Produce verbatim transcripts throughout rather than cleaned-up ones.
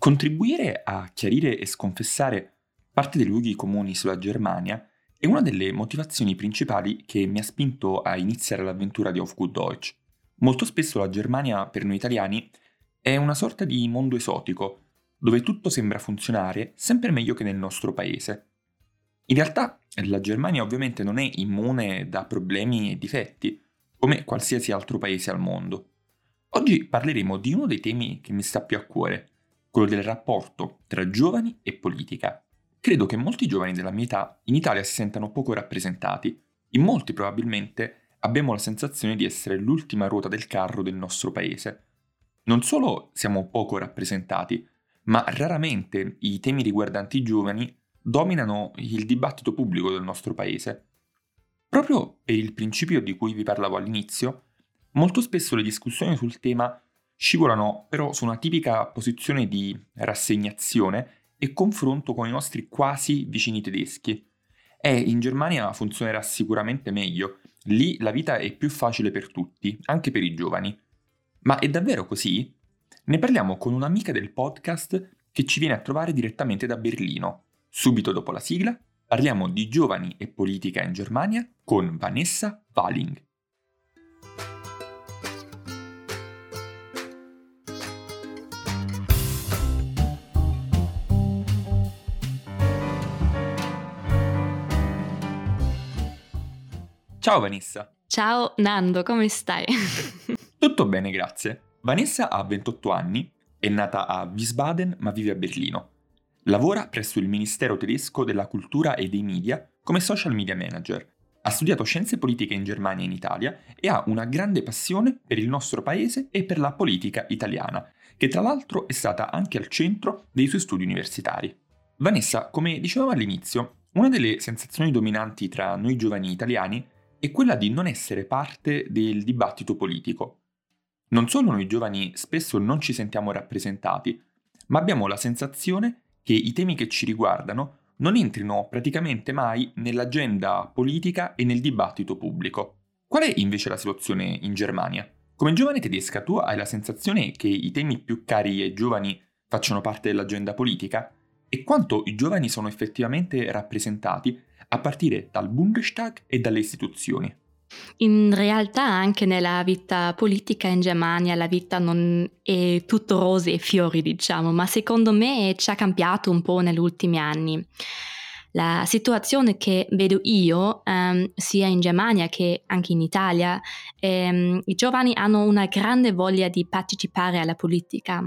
Contribuire a chiarire e sconfessare parte dei luoghi comuni sulla Germania è una delle motivazioni principali che mi ha spinto a iniziare l'avventura di Auf gut Deutsch. Molto spesso la Germania, per noi italiani, è una sorta di mondo esotico, dove tutto sembra funzionare sempre meglio che nel nostro paese. In realtà, la Germania ovviamente non è immune da problemi e difetti, come qualsiasi altro paese al mondo. Oggi parleremo di uno dei temi che mi sta più a cuore, quello del rapporto tra giovani e politica. Credo che molti giovani della mia età in Italia si sentano poco rappresentati. In molti probabilmente abbiamo la sensazione di essere l'ultima ruota del carro del nostro paese. Non solo siamo poco rappresentati, ma raramente i temi riguardanti i giovani dominano il dibattito pubblico del nostro paese. Proprio per il principio di cui vi parlavo all'inizio, molto spesso le discussioni sul tema scivolano però su una tipica posizione di rassegnazione e confronto con i nostri quasi vicini tedeschi. E in Germania funzionerà sicuramente meglio, lì la vita è più facile per tutti, anche per i giovani. Ma è davvero così? Ne parliamo con un'amica del podcast che ci viene a trovare direttamente da Berlino. Subito dopo la sigla parliamo di giovani e politica in Germania con Vanessa Walling. Ciao Vanessa. Ciao Nando, come stai? Tutto bene, grazie. Vanessa ha ventotto anni, è nata a Wiesbaden ma vive a Berlino. Lavora presso il Ministero tedesco della Cultura e dei Media come social media manager. Ha studiato scienze politiche in Germania e in Italia e ha una grande passione per il nostro paese e per la politica italiana, che tra l'altro è stata anche al centro dei suoi studi universitari. Vanessa, come dicevamo all'inizio, una delle sensazioni dominanti tra noi giovani italiani è quella di non essere parte del dibattito politico. Non solo noi giovani spesso non ci sentiamo rappresentati, ma abbiamo la sensazione che i temi che ci riguardano non entrino praticamente mai nell'agenda politica e nel dibattito pubblico. Qual è invece la situazione in Germania? Come giovane tedesca, tu hai la sensazione che i temi più cari ai giovani facciano parte dell'agenda politica? E quanto i giovani sono effettivamente rappresentati a partire dal Bundestag e dalle istituzioni? In realtà anche nella vita politica in Germania la vita non è tutto rose e fiori, diciamo, ma secondo me ci ha cambiato un po' negli ultimi anni. La situazione che vedo io, um, sia in Germania che anche in Italia, ehm, i giovani hanno una grande voglia di partecipare alla politica.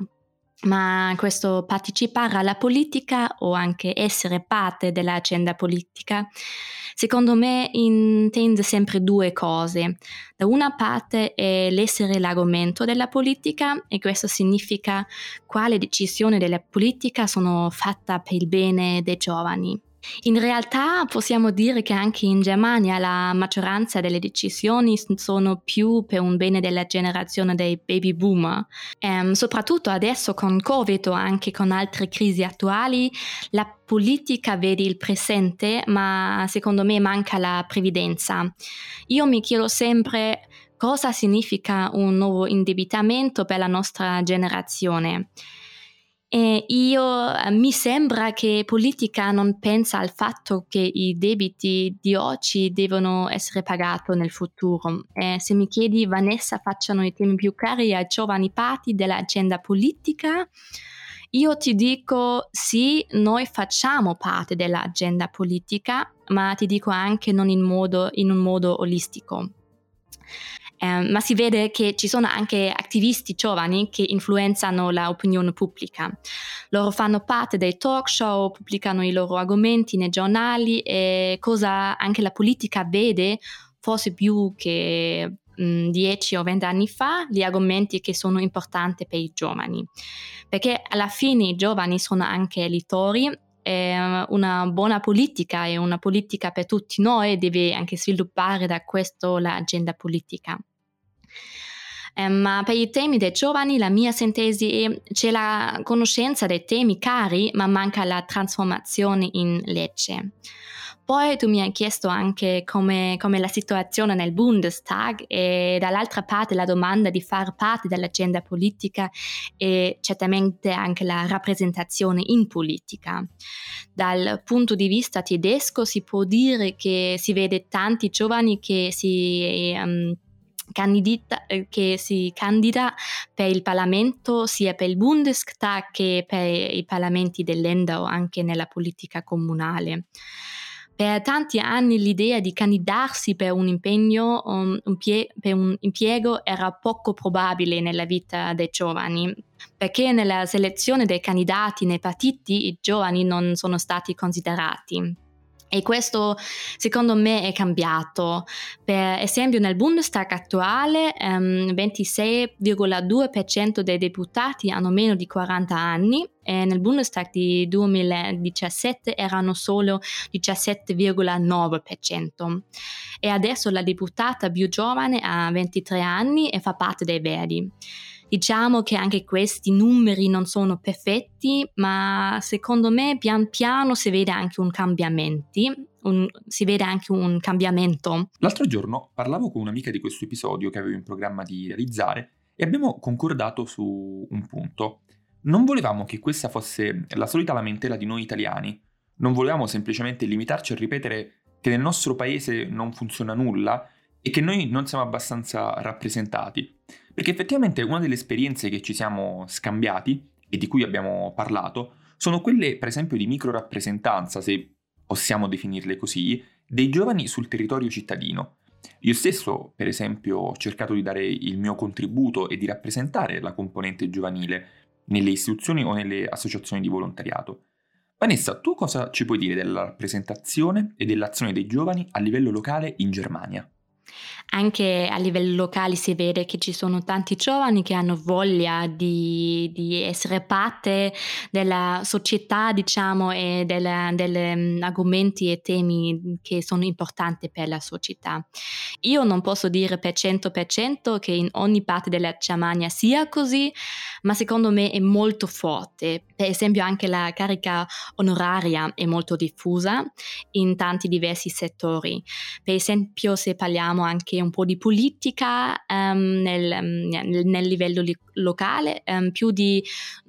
Ma questo partecipare alla politica o anche essere parte dell'agenda politica, secondo me intende sempre due cose. Da una parte è l'essere l'argomento della politica e questo significa quale decisioni della politica sono fatte per il bene dei giovani. In realtà possiamo dire che anche in Germania la maggioranza delle decisioni sono più per un bene della generazione dei baby boomer. Ehm, soprattutto adesso con Covid o anche con altre crisi attuali, la politica vede il presente, ma secondo me manca la previdenza. Io mi chiedo sempre cosa significa un nuovo indebitamento per la nostra generazione. E io mi sembra che politica non pensa al fatto che i debiti di oggi devono essere pagati nel futuro. E se mi chiedi, Vanessa, facciano i temi più cari ai giovani parti dell'agenda politica? Io ti dico sì, noi facciamo parte dell'agenda politica, ma ti dico anche non in modo, in un modo olistico. Eh, ma si vede che ci sono anche attivisti giovani che influenzano l'opinione pubblica. Loro fanno parte dei talk show, pubblicano i loro argomenti nei giornali e cosa anche la politica vede, forse più che mh, dieci o venti anni fa, gli argomenti che sono importanti per i giovani. Perché alla fine i giovani sono anche elettori. Eh, una buona politica e una politica per tutti noi deve anche sviluppare da questo l'agenda politica. Eh, ma per i temi dei giovani la mia sintesi è c'è la conoscenza dei temi cari ma manca la trasformazione in legge. Poi tu mi hai chiesto anche come, come la situazione nel Bundestag e dall'altra parte la domanda di far parte dell'agenda politica e certamente anche la rappresentazione in politica. Dal punto di vista tedesco si può dire che si vede tanti giovani che si um, Candida, che si candida per il Parlamento sia per il Bundestag che per i parlamenti del Länder o anche nella politica comunale. Per tanti anni l'idea di candidarsi per un impegno, um, un pie- per un impiego era poco probabile nella vita dei giovani, perché nella selezione dei candidati nei partiti i giovani non sono stati considerati. E questo secondo me è cambiato. Per esempio nel Bundestag attuale um, ventisei virgola due per cento dei deputati hanno meno di quaranta anni e nel Bundestag di duemiladiciassette erano solo diciassette virgola nove per cento. E adesso la deputata più giovane ha ventitré anni e fa parte dei Verdi. Diciamo che anche questi numeri non sono perfetti, ma secondo me pian piano si vede anche un cambiamento, un, si vede anche un cambiamento. L'altro giorno parlavo con un'amica di questo episodio che avevo in programma di realizzare e abbiamo concordato su un punto. Non volevamo che questa fosse la solita lamentela di noi italiani, non volevamo semplicemente limitarci a ripetere che nel nostro paese non funziona nulla e che noi non siamo abbastanza rappresentati. Perché effettivamente una delle esperienze che ci siamo scambiati e di cui abbiamo parlato sono quelle, per esempio, di microrappresentanza, se possiamo definirle così, dei giovani sul territorio cittadino. Io stesso, per esempio, ho cercato di dare il mio contributo e di rappresentare la componente giovanile nelle istituzioni o nelle associazioni di volontariato. Vanessa, tu cosa ci puoi dire della rappresentazione e dell'azione dei giovani a livello locale in Germania? Anche a livello locale si vede che ci sono tanti giovani che hanno voglia di, di essere parte della società, diciamo, e degli argomenti e temi che sono importanti per la società. Io non posso dire per cento per cento che in ogni parte della Germania sia così, ma secondo me è molto forte. Per esempio anche la carica onoraria è molto diffusa in tanti diversi settori. Per esempio se parliamo anche un po' di politica um, nel, nel, nel livello li- locale, um, più di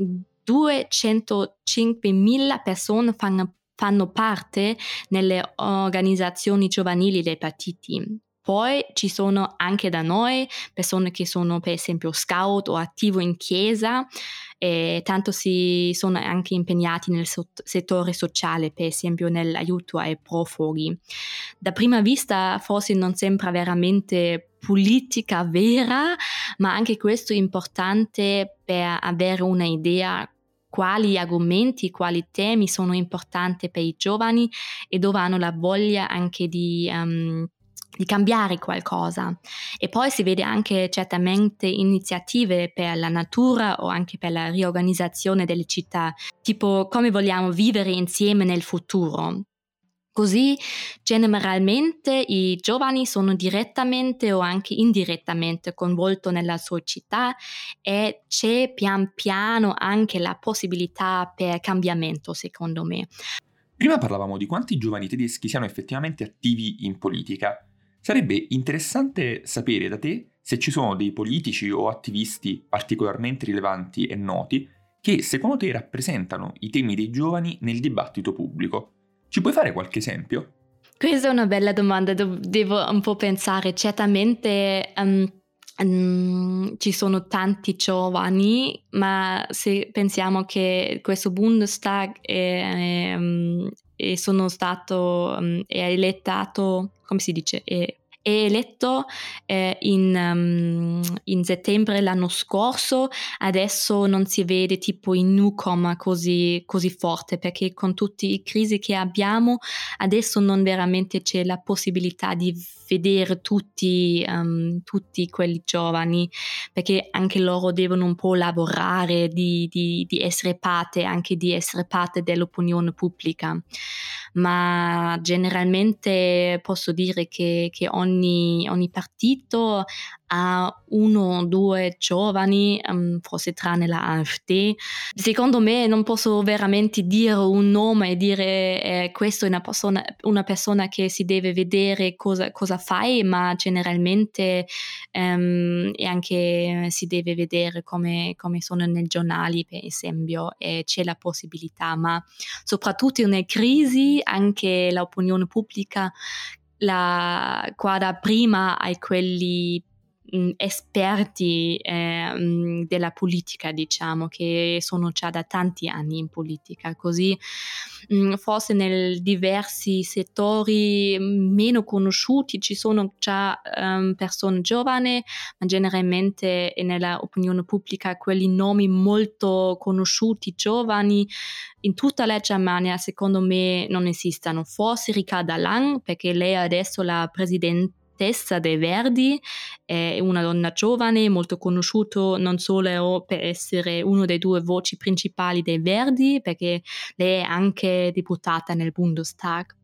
duecentocinquemila persone fanno, fanno parte nelle organizzazioni giovanili dei partiti. Poi ci sono anche da noi persone che sono per esempio scout o attivo in chiesa e tanto si sono anche impegnati nel so- settore sociale, per esempio nell'aiuto ai profughi. Da prima vista forse non sembra veramente politica vera, ma anche questo è importante per avere un'idea quali argomenti, quali temi sono importanti per i giovani e dove hanno la voglia anche di um, di cambiare qualcosa. E poi si vede anche certamente iniziative per la natura o anche per la riorganizzazione delle città, tipo come vogliamo vivere insieme nel futuro. Così generalmente i giovani sono direttamente o anche indirettamente coinvolti nella società e c'è pian piano anche la possibilità per cambiamento, secondo me. Prima parlavamo di quanti giovani tedeschi siano effettivamente attivi in politica. Sarebbe interessante sapere da te se ci sono dei politici o attivisti particolarmente rilevanti e noti che secondo te rappresentano i temi dei giovani nel dibattito pubblico. Ci puoi fare qualche esempio? Questa è una bella domanda, devo un po' pensare. Certamente um, um, ci sono tanti giovani, ma se pensiamo che questo Bundestag è, um, e sono stato um, è eletto, come si dice, è, è eletto eh, in, um, in settembre l'anno scorso, adesso non si vede tipo in newcomer così, così forte, perché con tutte le crisi che abbiamo adesso non veramente c'è la possibilità di vedere tutti, um, tutti quelli giovani, perché anche loro devono un po' lavorare, di, di, di essere parte, anche di essere parte dell'opinione pubblica. Ma generalmente posso dire che, che ogni, ogni partito a uno o due giovani, um, forse tranne la AfD. Secondo me non posso veramente dire un nome e dire eh, questo è una persona, una persona che si deve vedere cosa, cosa fai, ma generalmente um, e anche si deve vedere come, come sono nei giornali, per esempio, e c'è la possibilità, ma soprattutto nelle crisi anche l'opinione pubblica la guarda prima ai quelli mh, esperti eh, mh, della politica, diciamo, che sono già da tanti anni in politica, così mh, forse nei diversi settori meno conosciuti ci sono già um, persone giovani, ma generalmente nella opinione pubblica quelli nomi molto conosciuti, giovani, in tutta la Germania secondo me non esistono. Forse Ricarda Lang, perché lei è adesso la presidentessa dei Verdi, è una donna giovane, molto conosciuta non solo per essere una delle due voci principali dei Verdi, perché lei è anche deputata nel Bundestag.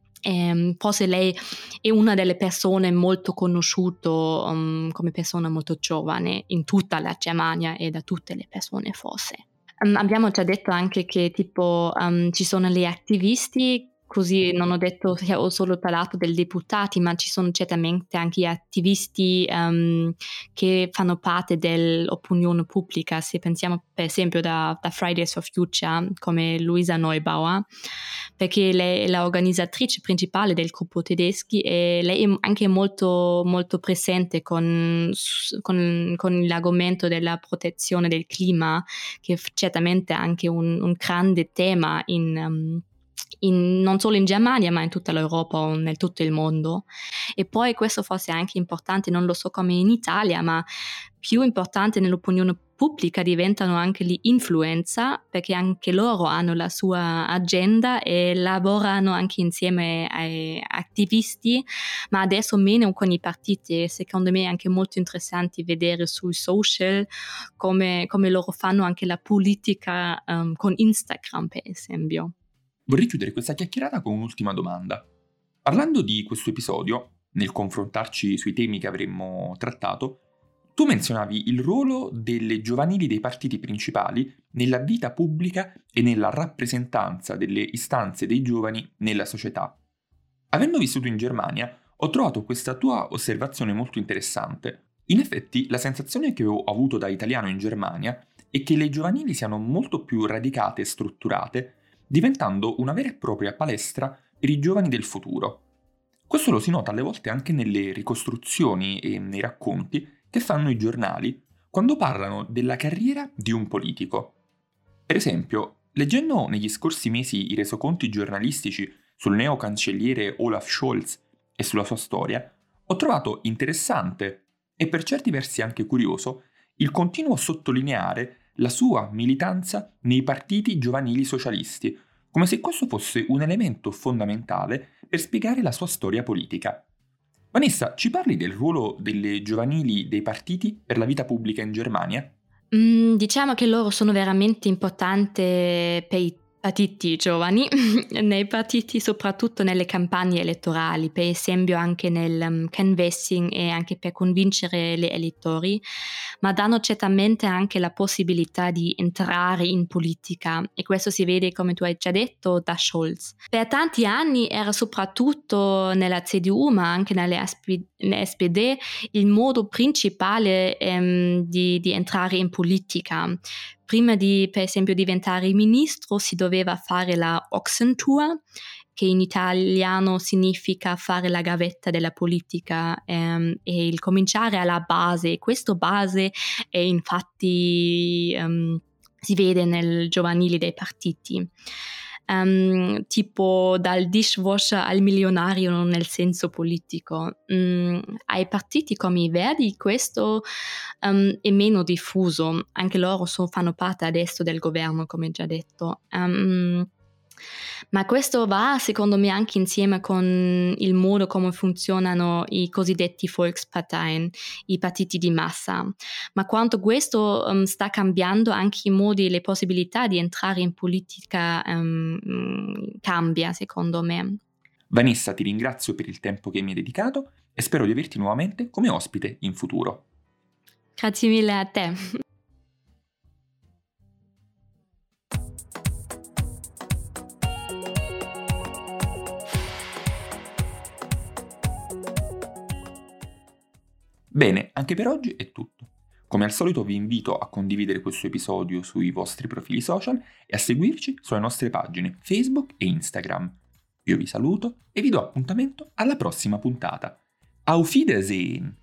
Um, forse lei è una delle persone molto conosciute um, come persona molto giovane in tutta la Germania e da tutte le persone forse. Um, abbiamo già detto anche che tipo um, ci sono gli attivisti, così non ho detto che ho solo parlato dei deputati, ma ci sono certamente anche gli attivisti um, che fanno parte dell'opinione pubblica. Se pensiamo per esempio da, da Fridays for Future, come Luisa Neubauer, perché lei è l'organizzatrice principale del gruppo tedeschi e lei è anche molto, molto presente con, con, con l'argomento della protezione del clima, che è certamente anche un, un grande tema in, um, in, non solo in Germania ma in tutta l'Europa o nel tutto il mondo. E poi questo forse è anche importante, non lo so come in Italia, ma più importante nell'opinione pubblica diventano anche gli influencer, perché anche loro hanno la sua agenda e lavorano anche insieme ai attivisti, ma adesso meno con i partiti. Secondo me è anche molto interessante vedere sui social come, come loro fanno anche la politica um, con Instagram, per esempio. Vorrei chiudere questa chiacchierata con un'ultima domanda. Parlando di questo episodio, nel confrontarci sui temi che avremmo trattato, tu menzionavi il ruolo delle giovanili dei partiti principali nella vita pubblica e nella rappresentanza delle istanze dei giovani nella società. Avendo vissuto in Germania, ho trovato questa tua osservazione molto interessante. In effetti, la sensazione che ho avuto da italiano in Germania è che le giovanili siano molto più radicate e strutturate, diventando una vera e propria palestra per i giovani del futuro. Questo lo si nota alle volte anche nelle ricostruzioni e nei racconti che fanno i giornali quando parlano della carriera di un politico. Per esempio, leggendo negli scorsi mesi i resoconti giornalistici sul neocancelliere Olaf Scholz e sulla sua storia, ho trovato interessante e per certi versi anche curioso il continuo sottolineare la sua militanza nei partiti giovanili socialisti, come se questo fosse un elemento fondamentale per spiegare la sua storia politica. Vanessa, ci parli del ruolo delle giovanili dei partiti per la vita pubblica in Germania? Mm, diciamo che loro sono veramente importanti per i partiti giovani, nei partiti soprattutto nelle campagne elettorali, per esempio anche nel um, canvassing e anche per convincere gli elettori, ma danno certamente anche la possibilità di entrare in politica e questo si vede, come tu hai già detto, da Scholz. Per tanti anni era soprattutto nella C D U ma anche nelle S P D il modo principale ehm, di, di entrare in politica. Prima di, per esempio, diventare ministro si doveva fare la Ochsentour, che in italiano significa fare la gavetta della politica ehm, e il cominciare alla base. Questo base è infatti um, si vede nel giovanile dei partiti. Um, tipo dal dishwasher al milionario nel senso politico. Um, ai partiti come i Verdi questo um, è meno diffuso, anche loro so, fanno parte adesso del governo, come già detto. Um, ma questo va secondo me anche insieme con il modo come funzionano i cosiddetti Volksparteien, i partiti di massa. Ma quanto questo um, sta cambiando anche i modi e le possibilità di entrare in politica um, cambia secondo me. Vanessa, ti ringrazio per il tempo che mi hai dedicato e spero di averti nuovamente come ospite in futuro. Grazie mille a te. Bene, anche per oggi è tutto. Come al solito vi invito a condividere questo episodio sui vostri profili social e a seguirci sulle nostre pagine Facebook e Instagram. Io vi saluto e vi do appuntamento alla prossima puntata. Auf Wiedersehen!